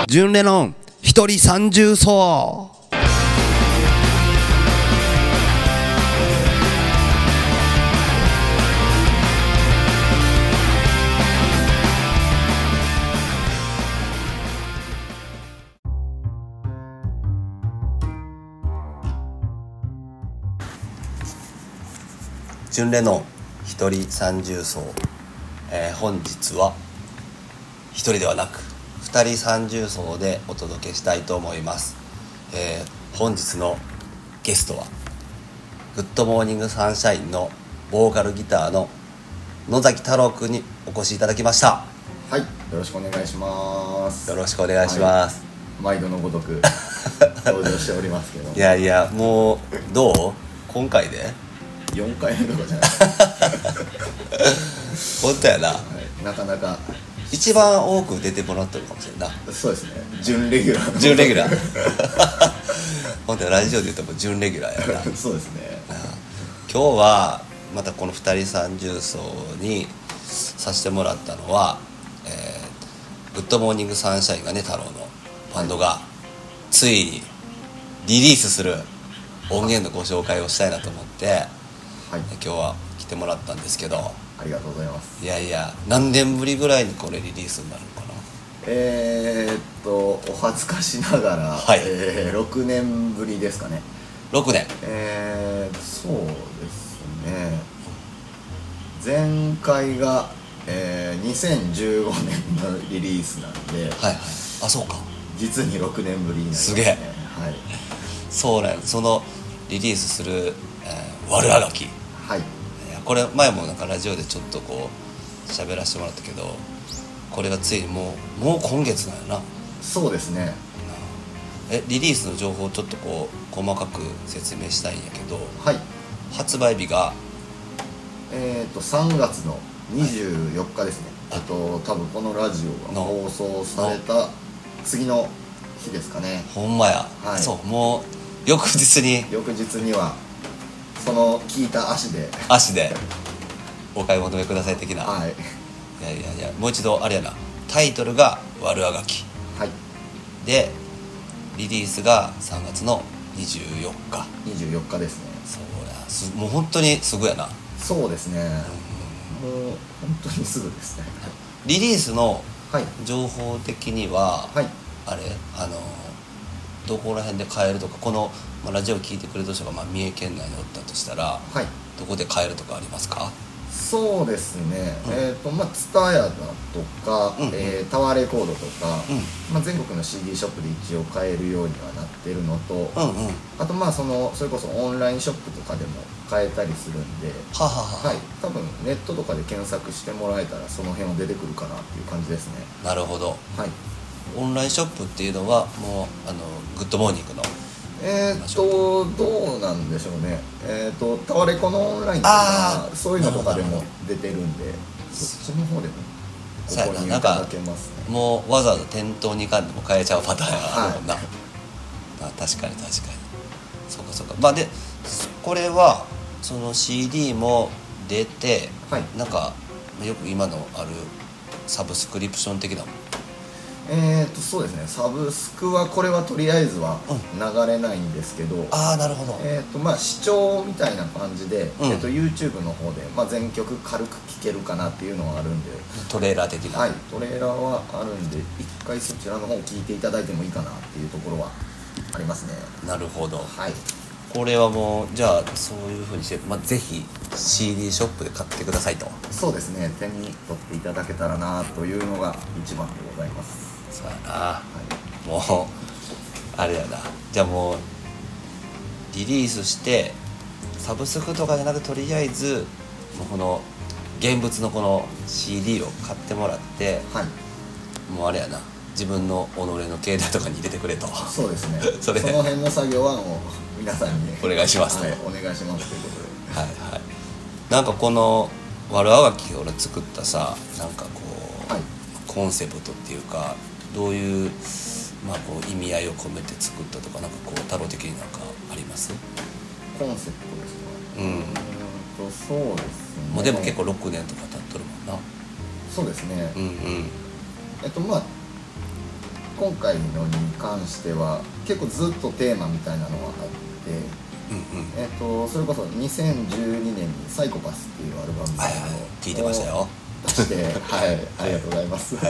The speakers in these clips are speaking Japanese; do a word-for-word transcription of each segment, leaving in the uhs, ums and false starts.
純レノン一人三重奏。純レノン一人三重奏、えー、本日は一人ではなく二人三重奏でお届けしたいと思います。えー、本日のゲストはグッドモーニングサンシャインのボーカルギターの野崎太郎くんにお越しいただきました。 はい、よろしくお願いします。 よろしくお願いします、 はい、毎度のごとく登場しておりますけどいやいや、もうどう今回でよんかいめとかじゃない本当やな、はい、 なかなか一番多く出てもらってるかもしれんな。 そうですね、準レギュラー準レギュラー本当はラジオで言うともう準レギュラーやなそうですね。 今日はまたこの二人三重奏にさせてもらったのは、えー、グッドモーニングサンシャインがね太郎のバンドがついにリリースする音源のご紹介をしたいなと思って、はい、今日は来てもらったんですけど、 ありがとうございます。 いやいや、何年ぶりぐらいにこれリリースになるのかな。 えー、っとお恥ずかしながら、はい、えー、ろくねんぶりですかね。 ろくねん。 えー、そうですね、前回が、えー、にせんじゅうごねんのリリースなんで、はいはい、 あ、そうか、 実にろくねんぶりになりますね。 すげえ、はい、そうね。そのリリースする、えー、悪あがき、はい、これ前もなんかラジオでちょっとこう喋らせてもらったけど、これがついにもうもう今月なんやな。 そうですね。 えリリースの情報をちょっとこう細かく説明したいんやけど、 はい、 発売日がえーとさんがつのにじゅうよっかですね。あと多分このラジオが放送された次の日ですかね。 ほんまや、はい、そう、もう翌日に翌日にはその聞いた足で足でお買い求めください的な、はい、いやいやいや、もう一度あれやな、タイトルが悪あがき、はい、でリリースがさんがつのにじゅうよっかにじゅうよっかですね。 そうや、すもう本当にすぐやな。そうですね、 うん、もう本当にすぐですね。 リリースの情報的には、はい、あれあのどこら辺で買えるとか、この、まあ、ラジオ聞いてくれる人が、まあ、三重県内におったとしたら、はい、どこで買えるとかありますか？ そうですね、うん、えっ、ー、とまあツタヤだとか、うんうん、えー、タワーレコードとか、うん、まあ、全国の シーディー ショップで一応買えるようにはなってるのと、うんうん、あとまあそのそれこそオンラインショップとかでも買えたりするんで、ははは、はい、多分ネットとかで検索してもらえたらその辺は出てくるかなっていう感じですね。 なるほど、 はい、 オンラインショップっていうのはもうあのグッドモーニングのえー、っとどうなんでしょうね。えー、っとタワレコのオンラインとかそういうのとかでも出てるんで、そっちの方でもご購入いただけますね。 もうわざわざ店頭に行かんでも買えちゃうパターンあるもんな、はい、あ、確かに確かに、そうかそうか。まあでこれはその シーディー も出て、はい、なんかよく今のあるサブスクリプション的なもえーとそうですね、サブスクはこれはとりあえずは流れないんですけど、うん、 ああなるほど、 えーとまあ視聴みたいな感じで、うん、えーと YouTube の方で、まあ、全曲軽く聴けるかなっていうのはあるんで、 トレーラー的な、 はい、トレーラーはあるんで一回そちらの方聴いていただいてもいいかなっていうところはありますね。 なるほど、 はい、 これはもうじゃあそういう風にして、まあ、ぜひ シーディー ショップで買ってくださいと。 そうですね、手に取っていただけたらなというのが一番でございます。 そうやな、はい、もうあれやな。じゃあもうリリースしてサブスクとかじゃなく、とりあえずもうこの現物のこの シーディー を買ってもらって、はい、もうあれやな、自分の己の携帯とかに入れてくれと。 そうですねそれその辺の作業はもう皆さんにお願いしますと、 はい、お願いしますということで、 はいはい。なんかこの悪あがきを俺作ったさ、なんかこう、はい、コンセプトっていうか、どういう、まあ、こう意味合いを込めて作ったとか、なんかこう太郎的になんかあります？ コンセプトですか？うん、うんとそうですね。 もうでも結構ろくねんとか経っとるもんな。 そうですね。 うんうん。 えっとまあ今回のに関しては結構ずっとテーマみたいなのがあって、 うんうん、 えー、とそれこそにせんじゅうにねんに「サイコパス」っていうアルバムを、 はいはい、聞いてましたよ出してはいありがとうございます、はい、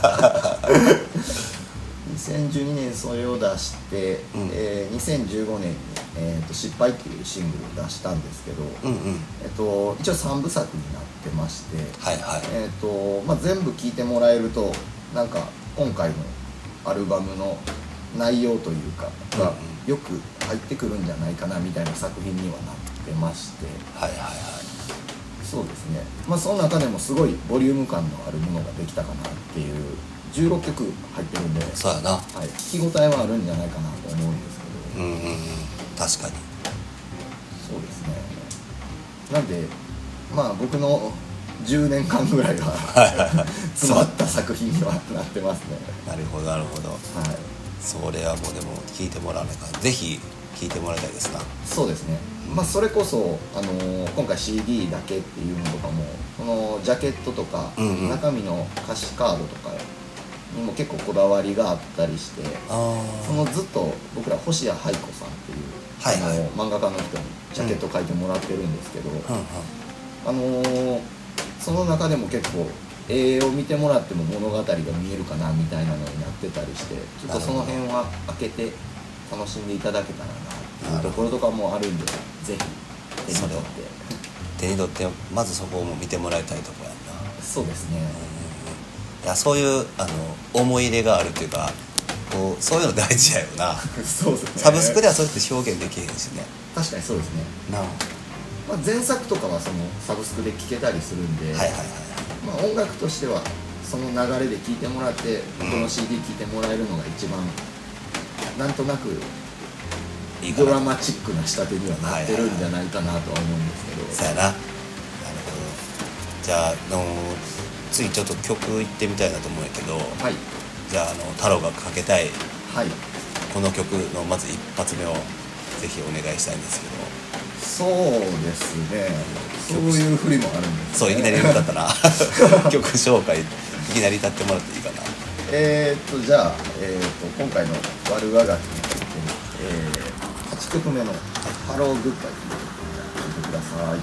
にせんじゅうにねんそれを出して、うん、えー、にせんじゅうごねんに、えーと「失敗」っていうシングルを出したんですけど、うんうん、えー、と一応さんぶさくになってまして、はいはい、えーとまあ、全部聴いてもらえるとなんか今回のアルバムの内容というかがよく入ってくるんじゃないかなみたいな作品にはなってまして、はいはいはい、そうですね、まあその中でもすごいボリューム感のあるものができたかなっていうじゅうろっきょく入ってるんで、 そうやな、はい、 聞き応えはあるんじゃないかなと思うんですけど、うんうんうん、 確かにそうですね。なんでまあ僕のじゅうねんかんぐらいは詰まった作品にはなってますね。 なるほどなるほど、はい、それはもうでも聞いてもらわないからぜひ聞いてもらいたいですな。 そうですね、まあそれこそ、あのー、今回 シーディー だけっていうのとかもこのジャケットとか、うんうん、中身の歌詞カードとかにも結構こだわりがあったりして、あそのずっと僕ら星谷愛子さんっていう、はいはい、あの漫画家の人にジャケット書いてもらってるんですけど、うんうんうん、あのーその中でも結構絵を見てもらっても物語が見えるかなみたいなのになってたりして、ちょっとその辺は開けて楽しんでいただけたらなっていうところとかもあるんで、ぜひ手に取って手に取ってまずそこをも見てもらいたいところやな。 そうですね、 うん、いやそういうあの思い入れがあるっていうかこうそういうの大事やよなそうですね、 サブスクではそうやって表現できへんしね。 確かにそうですねなあ、まあ、前作とかはそのサブスクで聴けたりするんで、はいはいはい、まあ、音楽としてはその流れで聴いてもらってこの シーディー 聴いてもらえるのが一番なんとなくドラマチックな仕立てにはなってるんじゃないかなとは思うんですけど、 そうやな。なるほど。じゃあ、あの次ちょっと曲いってみたいなと思うんやけど、はい、じゃあ、あの太郎がかけたい、はい、この曲のまず一発目をぜひお願いしたいんですけど。 そうですね、そういう振りもあるんですね。 そう、いきなり歌ったな曲紹介いきなり歌ってもらっていいかな。 えーっとじゃあ、えー、っと今回の「悪あがき」について、えー、はちきょくめの「ハローグッバイ」という曲を聴いてください。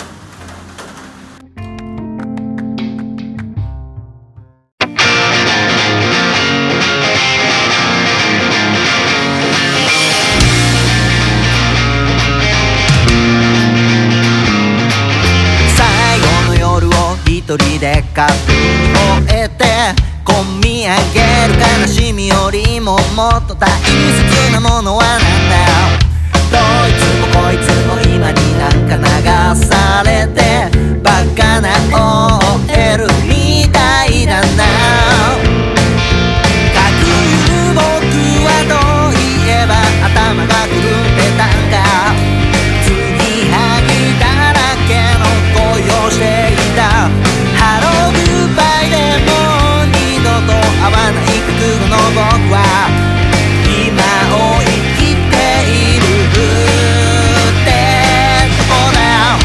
一人でカップを終えて込み上げる悲しみよりももっと大切なものはなんだよ。どいつもこいつも今になんか流されてバカな オーエル みたいだな。かくいう僕はどう言えば頭が狂ってたんか。継ぎはぎだらけの恋をしていた。ハローグッバイでもう二度と会わない覚悟の僕は今を生きているってとこだ。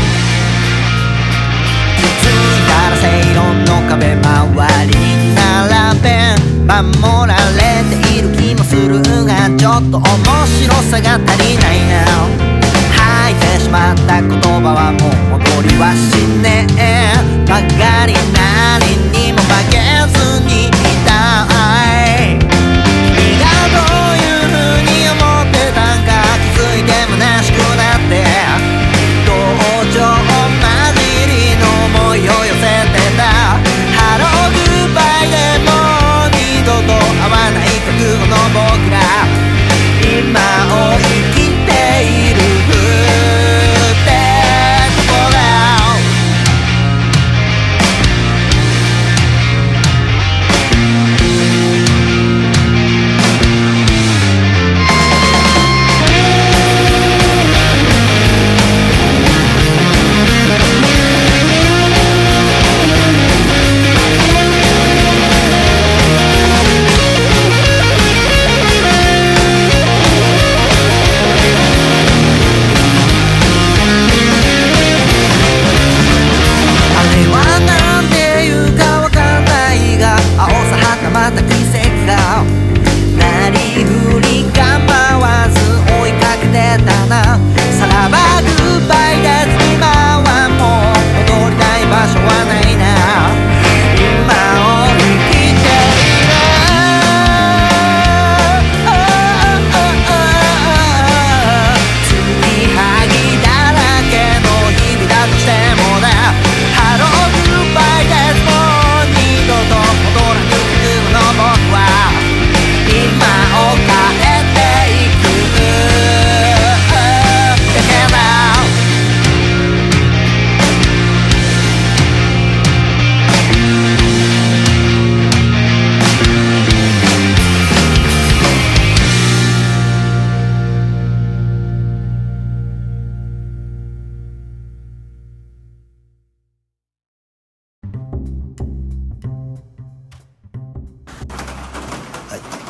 気づいたら正論の壁周りに並べ守られている気もするがちょっと面白さが足りないな。吐いてしまった言葉はもう戻りはしねえ。ばかり何にも負けずにいたい。君がどういう風に思ってたんか気づいて虚しくなって同情混じりの思いを寄せてた。ハローグッバイでもう二度と会わない覚悟の僕ら今を生きているってとこだ。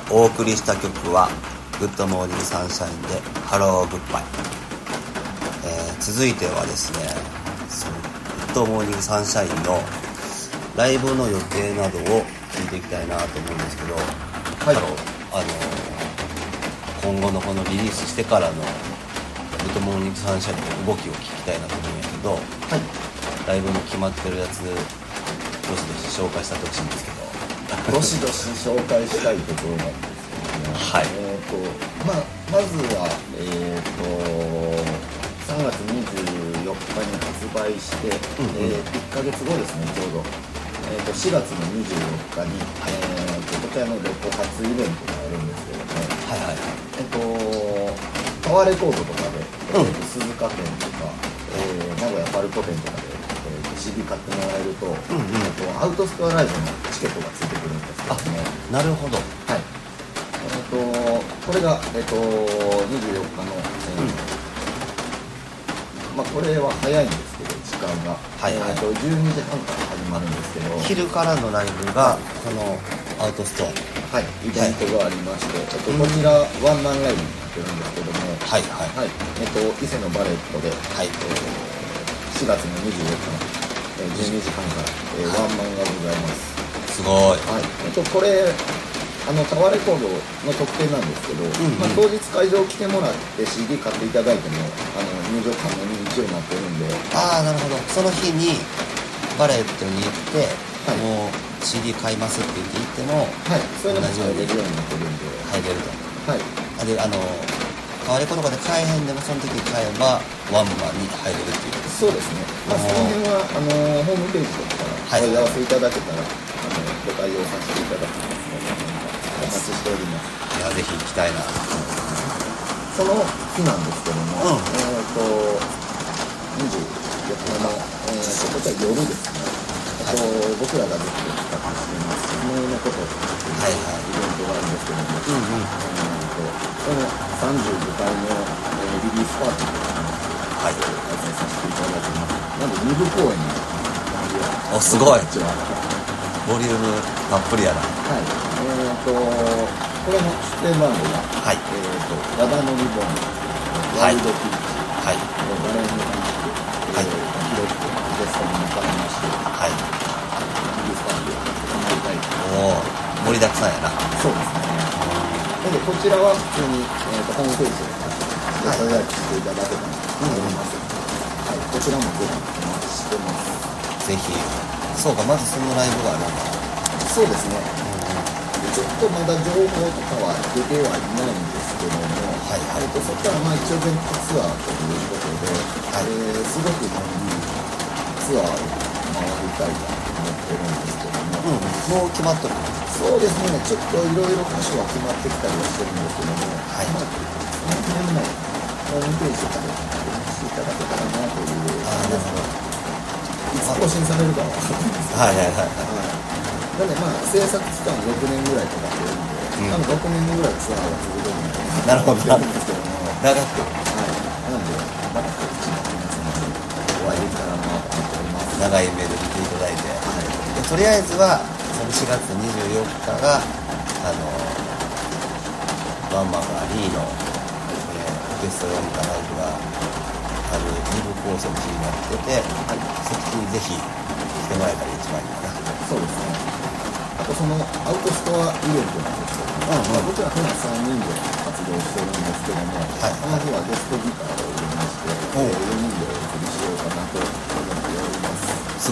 お送りした曲はグッドモーニングサンシャインでハローグッバイ、えー、続いてはですね、そのグッドモーニングサンシャインのライブの予定などを聞いていきたいなと思うんですけど、はい、あの今後のこのリリースしてからのグッドモーニングサンシャインの動きを聞きたいなと思うんやけど、はい、ライブの決まってるやつどしどし紹介したってほしいんですけどどしどし紹介したいところなんですけどね、はい、えーとまあ、まずは、えー、とさんがつにじゅうよっかに発売して、うんうん、えー、いっかげつごですね、ちょうど、えー、としがつのにじゅうよっかに、はい、えー、とこちらのレコ発イベントがあるんですけども、はいはい、えー、とタワーレコードとかで、えー、と鈴鹿店とか、えー、名古屋パルコ店とかでシーディー 買ってもらえると、うんうん、とアウトストアライブのチケットがついてくるんですけどね。 なるほど。 はい。えっ、ー、とこれがえっ、ー、とにじゅうよっかの、えーうん、まあこれは早いんですけど時間が、はいはい、えー、とじゅうにじはんから始まるんですけど、 昼からのライブがこのアウトストア、 はい、イベントがありまして、はい、えっとこちらワンマンライブになってるんですけども、はいはい、はい、えっ、ー、と伊勢のバレットで、はい、えー、しがつのにじゅうよっかのじゅうにじはんから、えー、ワンマンがございます。 すごい。 はい。えっとこれあのタワーレコードの特典なんですけど、うんうん、まあ、当日会場来てもらって シーディー 買っていただいてもあの入場可能に一応なってるんで。 ああ、なるほど。その日にバレットに行って、はい、もう シーディー 買いますって言って行っても、 はい、そういうのも入れるようになってるんで。 入れると。 はい。 であのタワーレコードとかで買えへんでもその時に買えばワンマンに入れるっていう。 そうですね。まあその辺はあのホームページとかからお問い合わせいただけたら、はい、あのご対応させていただきますのでお待ちしております。 いやぜひ行きたいな。 その日なんですけども、うん、えっ、ー、とにじゅうよっかの、えー、とこちら夜ですね。えっ、ー、と、はい、僕らがずっと企画しています昨日のことっていうイベントがあるんですけども、はいはい、えー、とそのさんじゅうごかいの、えー、リリースパーティーとかはい、開催させていただきます。なのでにぶ公演におすごいボリュームたっぷりやな。 はい。えっ、ー、とこれの出演番号が、はい、えっ、ー、と和田のリボン、ワイルドピーチ、はい、バレンのピーチ、はい、ヒロキゲストに迎えまして、はい、リリースパーティーを行いたいと。 おお、盛りだくさんやな。 そうですね。なのでこちらは普通に、えー、とホームページでお問い合わせしていただけたらと思います。はい、こちらもぜひお待ちしてます。 ぜひ。そうか、まずそのライブがあるんだ。 そうですね。うん、ちょっとまだ情報とかは出てはいないんですけども、はいはい、えっとそこからまあ一応全国ツアーということで、はい、えー、すごくのんびりツアーを回りたいなと思ってるんですけども、 うん、もう決まっとる。 そうですね。ちょっといろいろ箇所は決まってきたりはしてるんですけども、はい、まあその辺もホームページとかでしていただけたらなという感じですが、いつ更新されるかは分からないですけど、はいはいはい、はい、なのでまあ制作期間ろくねんぐらいかかってるんで、うん、多分ろくねんぐらいツアーが続くんで、 なるほど、なんですけども、長く、 はい、なのでまたこっちの皆様にお会いできたらなと思っております。 長い目で見ていただいて、はい、でとりあえずはそのしがつにじゅうよっかがあのワンマンがリーの、えー、ゲストで見たライブがあるにぶ構成の日になってて、はい、そっちにぜひ来てもらえたら一番いいかな。 そうですね。あとそのアウトストアイベントなんですけど、うんうん、まあ、僕ら普段さんにんで活動してるんですけども、はい、この日はゲストギターを入れまして、えー、よにんでお送りしようかなと思っております。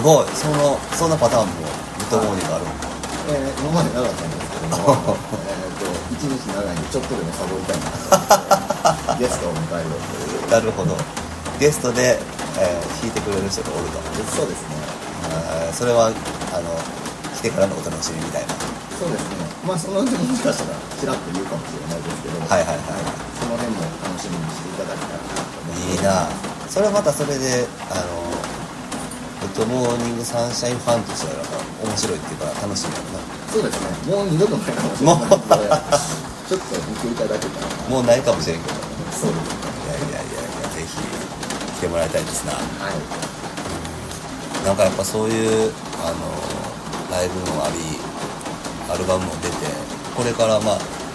すごい。そのそんなパターンもグッドモーニングあるんか。 えー、今までなかったんですけどもえと一日長いんでちょっとでもサボりたいなとゲストを迎えようという。 なるほど。ゲストで、えー、弾いてくれる人がおると。 そうですね。 あ、それはあの来てからのお楽しみみたいな。 そうですね。まあそのうちもしかしたらちらっと言うかもしれないですけど、はいはいはい、その辺も楽しみにしていただけたらなと思います。いいな。 それはまたそれであのグッドモーニングサンシャインファンとしては面白いっていうか楽しいんだろうな。 そうですね。もう二度とないかもしれないのでちょっと見ていただけたらな。 もうないかもしれんけど、 そうですね。 いやいやいやいや、ぜひ来てもらいたいですな。 はい、 なんかやっぱそういうあのライブもありアルバムも出て、これからまあ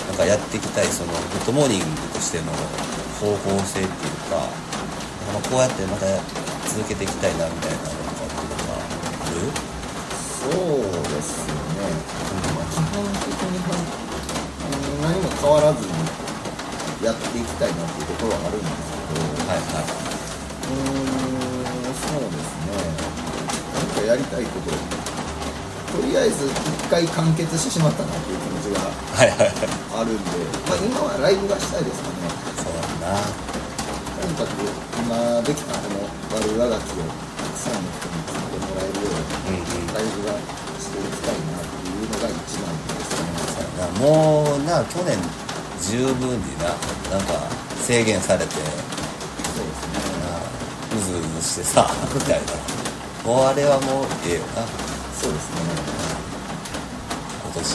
なんかやっていきたいそのグッドモーニングとしての方向性っていうか、まあ、こうやってまた続けていきたいなみたいなのかっていうのがある？ そうですね、まあ、基本的に何も変わらずにやっていきたいなっていうところはあるんですけど、 はいはい、 うーん、そうですね、何かやりたいこととりあえず一回完結してしまったなっていう気持ちがはいはいはいあるんで、まあ、今はライブがしたいですかね。 そうだな。 とにかく今できたこの悪あがきをたくさんの人に聞いてもらえるように、 うんうん、 ライブがしていきたいなっていうのが一番ですね。 なもうな去年十分にななんか制限されて、 そうですね、 うずうずしてさみたいな、もうあれはもうええよな。 そうですね、 今年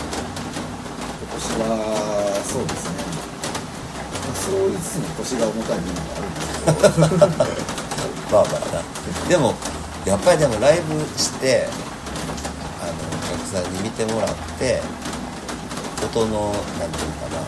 今年はそうですね、そう言いつつも腰が重たい部分があるんですけどまあまあな。でもやっぱりでもライブしてあのお客さんに見てもらって音のなんていうかな、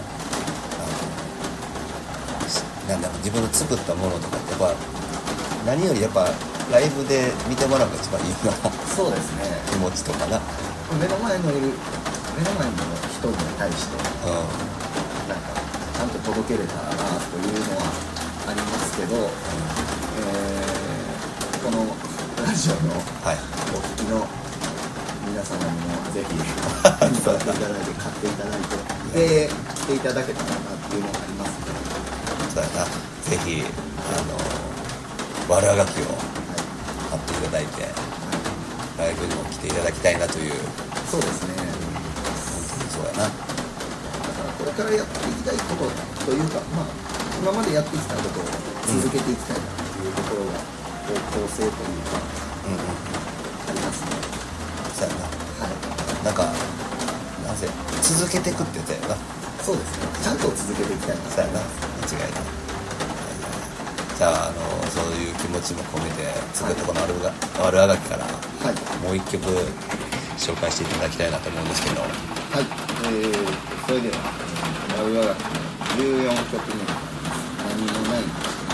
あのなんだろう、自分の作ったものとかってやっぱ何よりやっぱライブで見てもらうのが一番いいな。 そうですね、 気持ちとかな、 目の前のいる目の前の人に対してうん、 なんかちゃんと届けれたらなというのはありますけど、えー、このラジオのはい、 お聞きの皆様にもぜひ見ていただいて買っていただいてで来ていただけたらなっていうのがありますので、 そうやな、ぜひあの悪あがきを買っていただいて、ライブにも来ていただきたいなという。 そうですね、 そうやな。 だからこれからやっていきたいことというか、まあ、今までやってきたことを続けていきたいなっていうところが方向性というか、 うんうん、 ありますね。 そうやな。 はい、 なんかなぜ続けていくって言ったよな。 そうですね、ちゃんと続けていきたいな。 そうやな、間違いない。じゃあ、あのそういう気持ちも込めて作ったこの悪が悪あがきから、 はい、 もう一曲紹介していただきたいなと思うんですけど。 はい、えー、それでは、えー、悪あがきのじゅうよんきょくめ、何もない。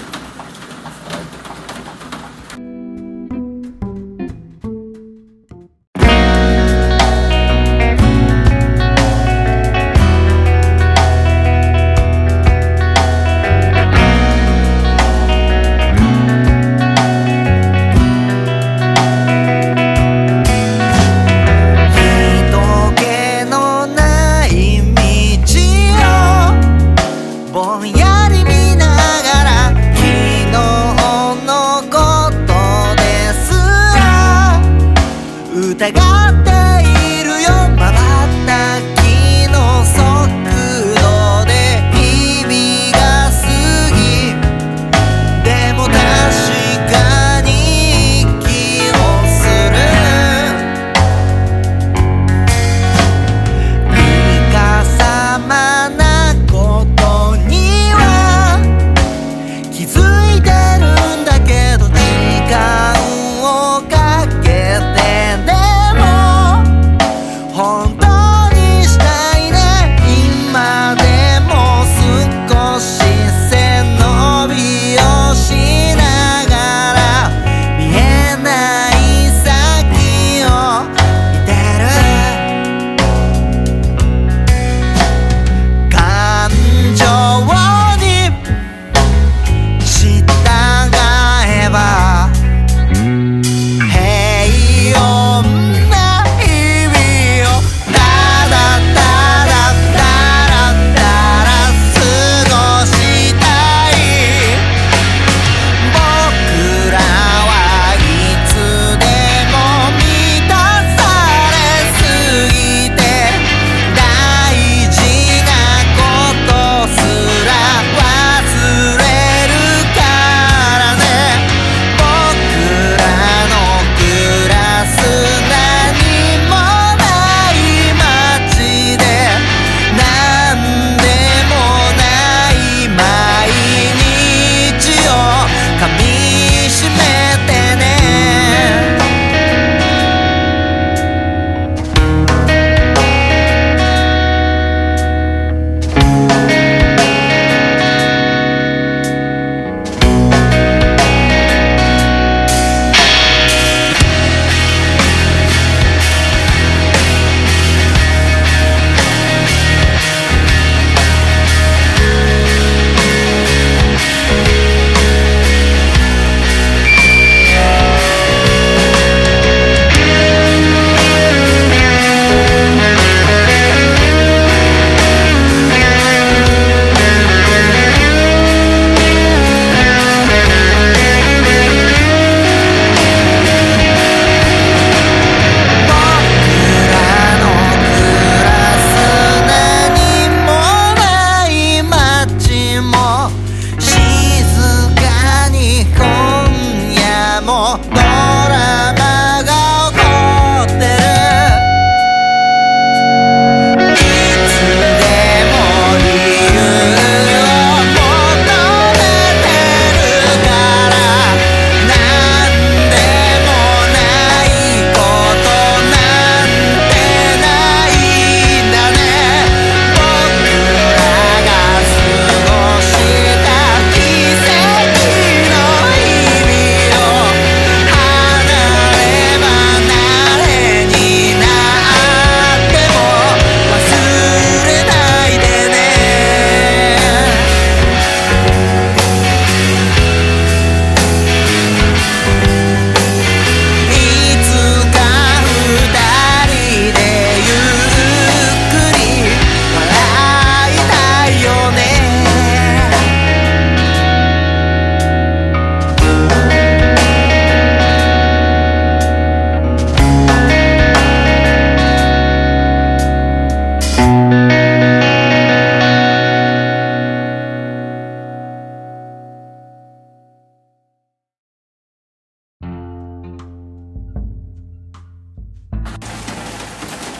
ぼんやり見ながら昨日のことですら疑っているよ。瞬きの速度で日々が過ぎ、でも確かに息をする。いかさまなことには気づいてるんだけど、時間をかけてでも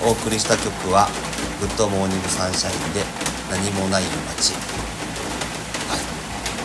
お送りした曲はグッドモーニングサンシャインで何もない街。はい、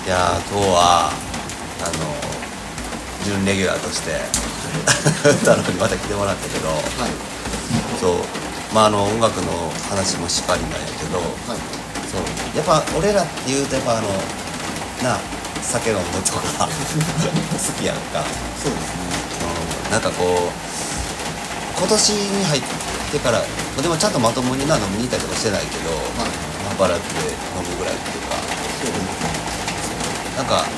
いやー今日はあの準レギュラーとして太郎にまた来てもらったけど、はい、そうまああの音楽の話もしっかりなんやけど、はい、そうやっぱ俺らっていうとやっぱあのな酒飲むとか好きやんか。 そうですね、 うん、なんかこう今年に入ってからでもちゃんとまともにな飲みに行ったりとかしてないけど、はい、まあ、バラって飲むぐらいっていうか、そうですね、なんか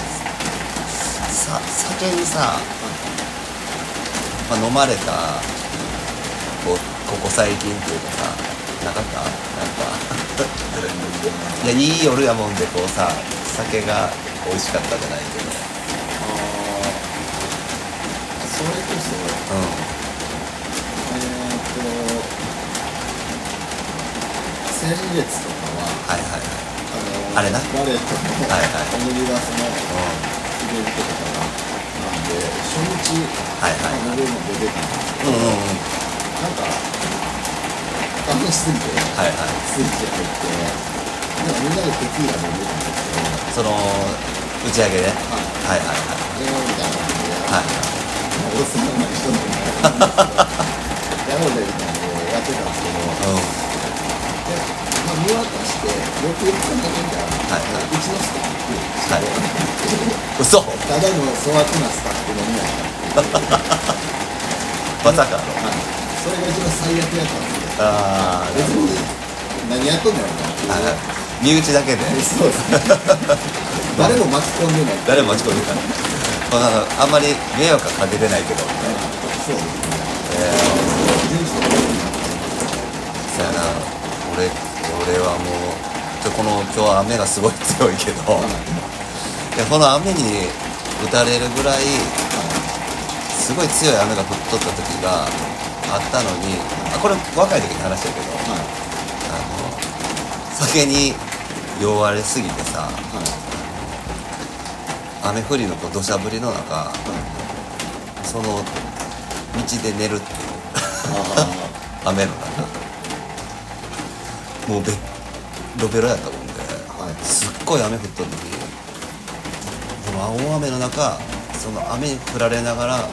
さ酒にさ、はい、まあ、飲まれたこうここ最近っていうかさ、なかったなんかいやいい夜やもんでこうさ酒が美味しかったじゃないけど、 ああそれこそ、うん、えーっと先月とかははいはいはいあのあれなバレットのはいはいオムニバスのイベントとかがなんで初日はいはい僕も出てたんですけど、うんうんうん、なんか楽しすぎてはいはいスイッチ入ってなんかみんなでテキーラ飲んでたんですけど、 その打ち上げで、はい、はいはいはいえーみたいな感じで、はい、おっさんが一緒にやろうぜみたいなのをやってたんですけど、うん、で、まあ、見渡してよくよく考えてみたら、はいはい、うちのスタッフはい嘘ただの粗悪なスタッフのみなまさかの、 はい、それが一番最悪やったんですけど、 ああ別に何やっとんだろうなっていう、はい、 身内だけでそうですね誰も巻き込んでない誰も巻き込んでないまあ、あんまり迷惑はかけてないけど、 そうですね、 えー、そうやな、俺俺はもうちょこの今日は雨がすごい強いけど、はい、でこの雨に打たれるぐらいすごい強い雨が降っとった時があったのに、あこれ若い時に話したけど、はい、あの酒に酔われすぎてさ、はい、雨降りのこう土砂降りの中、はい、その道で寝るっていう雨の中もうベロベロやったもんで、はい、すっごい雨降っとるのにその大雨の中その雨に降られながら、はい、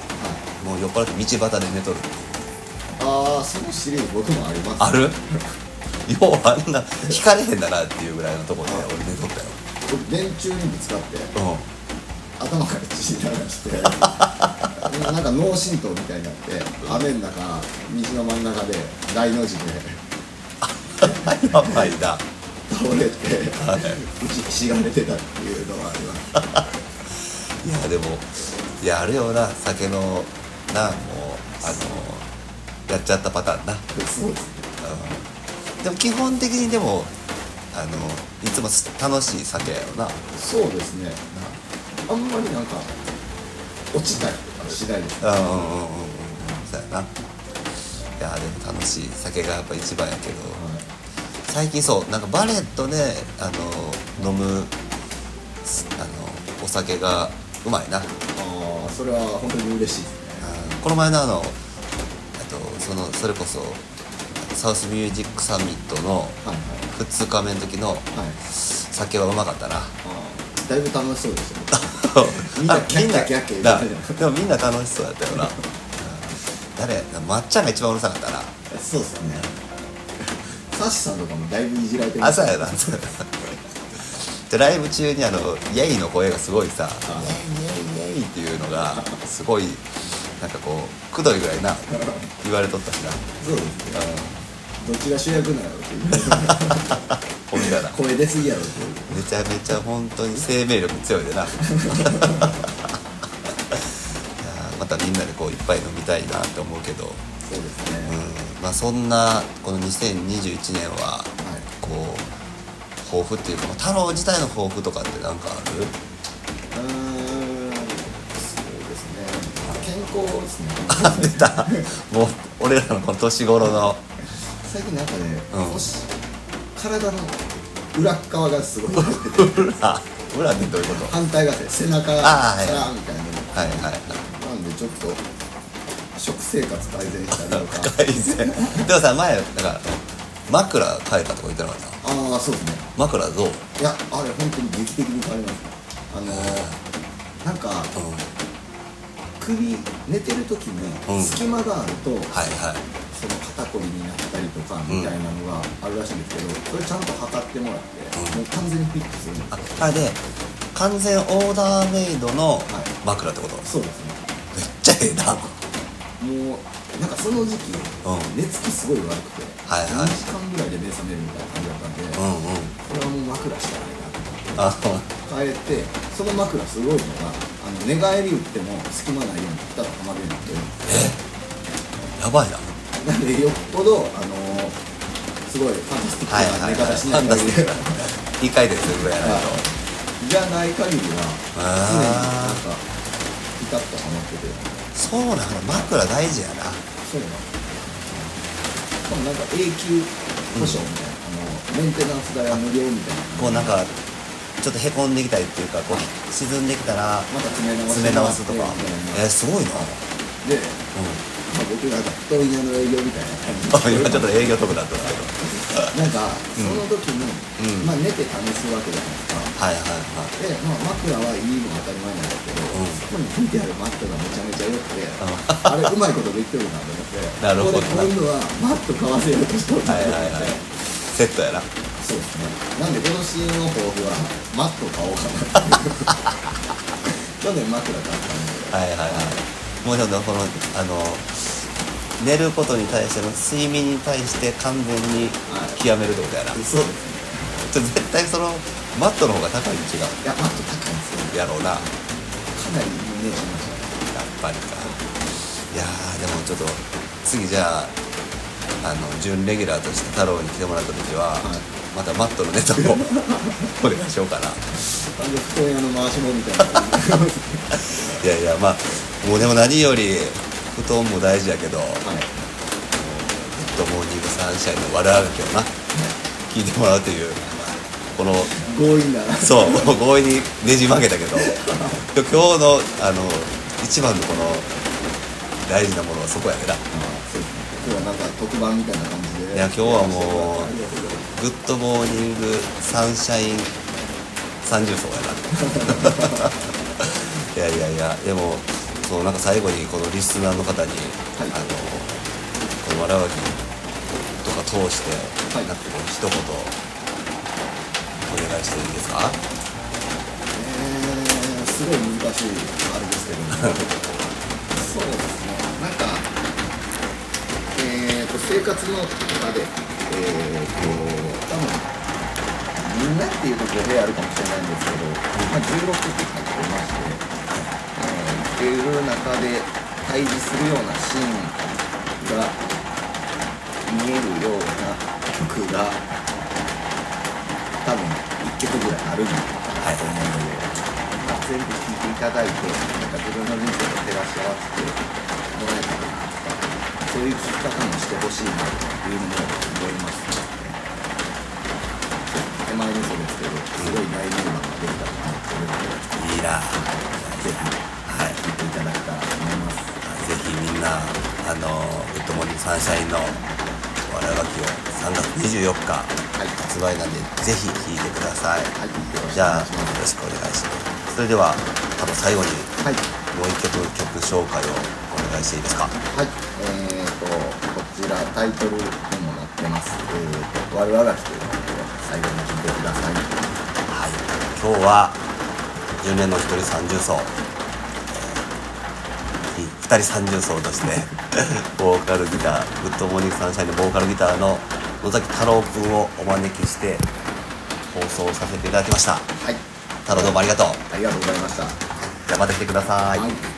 もう酔っ払って道端で寝とる。 ああそのシリーズ僕もあります、ね、 あるようあんな引かれへんだなっていうぐらいのところで俺寝とったよ。 僕電柱にぶつかって、うん、頭から血流してなんか脳震盪みたいになって雨の中道の真ん中で大の字でやばいな倒れて、はい、うちひしがれてたっていうのがありますいやでもいやあるよな酒のなもうあのやっちゃったパターンな。 そうですね、 うん、でも基本的にでもあのいつも楽しい酒やろな。 そうですね、あんまりなんか落ちたりとかしないですね。 うんうんうんうんそうやな。いやでも楽しい酒がやっぱ一番やけど、はい、最近そうなんかバレットであの飲むあのお酒がうまいな。ああそれは本当に嬉しいですね。 この前のあのそのそれこそサウスミュージックサミットのふつかめの時の酒はうまかったな。 だいぶ楽しそうですよみんなキャッキャッキャッキャでもみんな楽しそうだったよな誰まっちゃんが一番うるさかったな。 そうですねサッシさんとかもだいぶいじられてます。あそうやなでライブ中にあのイエイの声がすごいさイエイイエイイエイっていうのがすごいなんかこうくどいぐらいな言われとったしな。 そうですね、どっちが主役なのっていうほんだな声出すぎやろってめちゃめちゃ本当に生命力強いでないやまたみんなでこういっぱい飲みたいなって思うけど。 そうですね、 うん、まあそんなこのにせんにじゅういちねんはこう抱負っていうか太郎自体の抱負とかって何かある？ うーんそうですね健康ですね出たもう俺らのこの年頃の最近なんかね、うん、体の裏側がすごい入ってて裏裏ってどういうこと？ 反対側で背中があ、はい、 シャーみたいなはいはいはいなんでちょっと食生活改善したりとか改善でもさ前なんか枕変えたとか言ってなかった？ ああそうですね。 枕どう？ いやあれ本当に劇的に変わりますね。あのー、なんか、 うん、 首寝てる時に隙間があると、うん、はいはい、その肩こりになったりとかみたいなのがあるらしいんですけど、それちゃんと測ってもらって、うん、もう完全にフィットするんですよ。 ああれで完全オーダーメイドの枕ってこと？はい、 そうですね。 めっちゃええな。 もうなんかその時期、うん、寝つきすごい悪くて、はいはい、にじかんぐらいで目覚めるみたいな感じだったんで、うんうん、これはもう枕しかないなと思って変えて、その枕すごいのがあの寝返り打っても隙間ないようにピタッとはまるようになってる。 えやばいな。 なんでよっぽど、あのー、すごいファンタスティックな寝方しない限り理解でするぐらいやないとじゃない限りは常になんかピタッとはまってて、 そうなの、枕大事やな。 そうなの。しかもなんか永久保証みたいな、うん、あのメンテナンス代は無料みたいな、 こうなんかちょっとへこんできたりっていうか、こう沈んできたらまた詰め直す詰め直すとか、えー、すごいな。 で、うん、まあ、僕なんか布団屋の営業みたいな感じで今ちょっと営業得だったんですけどなんかその時に、うん、まあ寝て試すわけじゃないですか。はいはいはい。で、まあ、枕はいいの当たり前なんですけど、うん、そこに吹いてあるマットがめちゃめちゃ良くて、あれうまいことできてるなと思ってなるほどな。これ今度はマット買わせようとしとるんだと思って、はいはいはい、 セットやな。 そうですね。なんで今年の抱負はマット買おうかな去年枕買ったんで、はいはいはい、 もうちょっとこのあの寝ることに対しての睡眠に対して完全に極めるってことやな、はい、 そうですね。 ちょっと絶対そのマットの方が高いに違う。 いやマット高いんですよ。 やろうな。かなりイメージしましたね。 やっぱりか。いやーでもちょっと次じゃああの準レギュラーとして太郎に来てもらった時は、はい、またマットのネタをお願いしようかな。 あの布団屋の回し物みたいな。 いやいやまあもうでも何より布団も大事やけど、はい、グッドモーニングサンシャインの悪あがきをな、はい、聞いてもらうというこの強引だな。 そう強引にねじ曲げたけど今日のあの一番のこの大事なものはそこやでな。ああそうですね。今日はなんか特番みたいな感じで。 いや今日はもうグッドモーニングサンシャイン三重奏やないやいやいやでもそうなんか最後にこのリスナーの方に、はい、あのこのわらわきとか通して、はい、なんかこう一言お願いしていいですか？ えー、すごい難しいあれですけどもそうですね。なんかえーと生活の中でえーと多分みんなっていうと語弊あるかもしれないんですけど、まあ、じゅうろくき書いてまして、えー、っていう中で対峙するようなシーンが見えるような曲が多分いっきょくぐらいあるんだと思うので、まあ、全部聴いていただいてなんか自分の人生と照らし合わせてもらえたらなとか、そういう聴き方もしてほしいなというのも思いますので、手前味噌ですけどすごい大名盤ができたかなと思って、 いいな、 ぜひはい聴いていただけたらと思います。 ぜひみんなあのグッドモーニングサンシャインのわらがきをさんがつにじゅうよっか発売なんで、ぜひ聴いてください。はい、じゃあよろしくお願いします。それでは多分最後にもう一曲曲紹介をお願いしていいですか？ はい、えーとこちらタイトルにもなってます、えーとわらがきという曲を最後に聴いてください。 はい、今日はじゅうねんのひとり三重奏、ふたり三重奏としてボーカルギターグッドモーニングサンシャインのボーカルギターの野崎太郎くんをお招きして放送させていただきました。はい、太郎どうもありがとう。 ありがとうございました。 じゃあまた来てください。はい。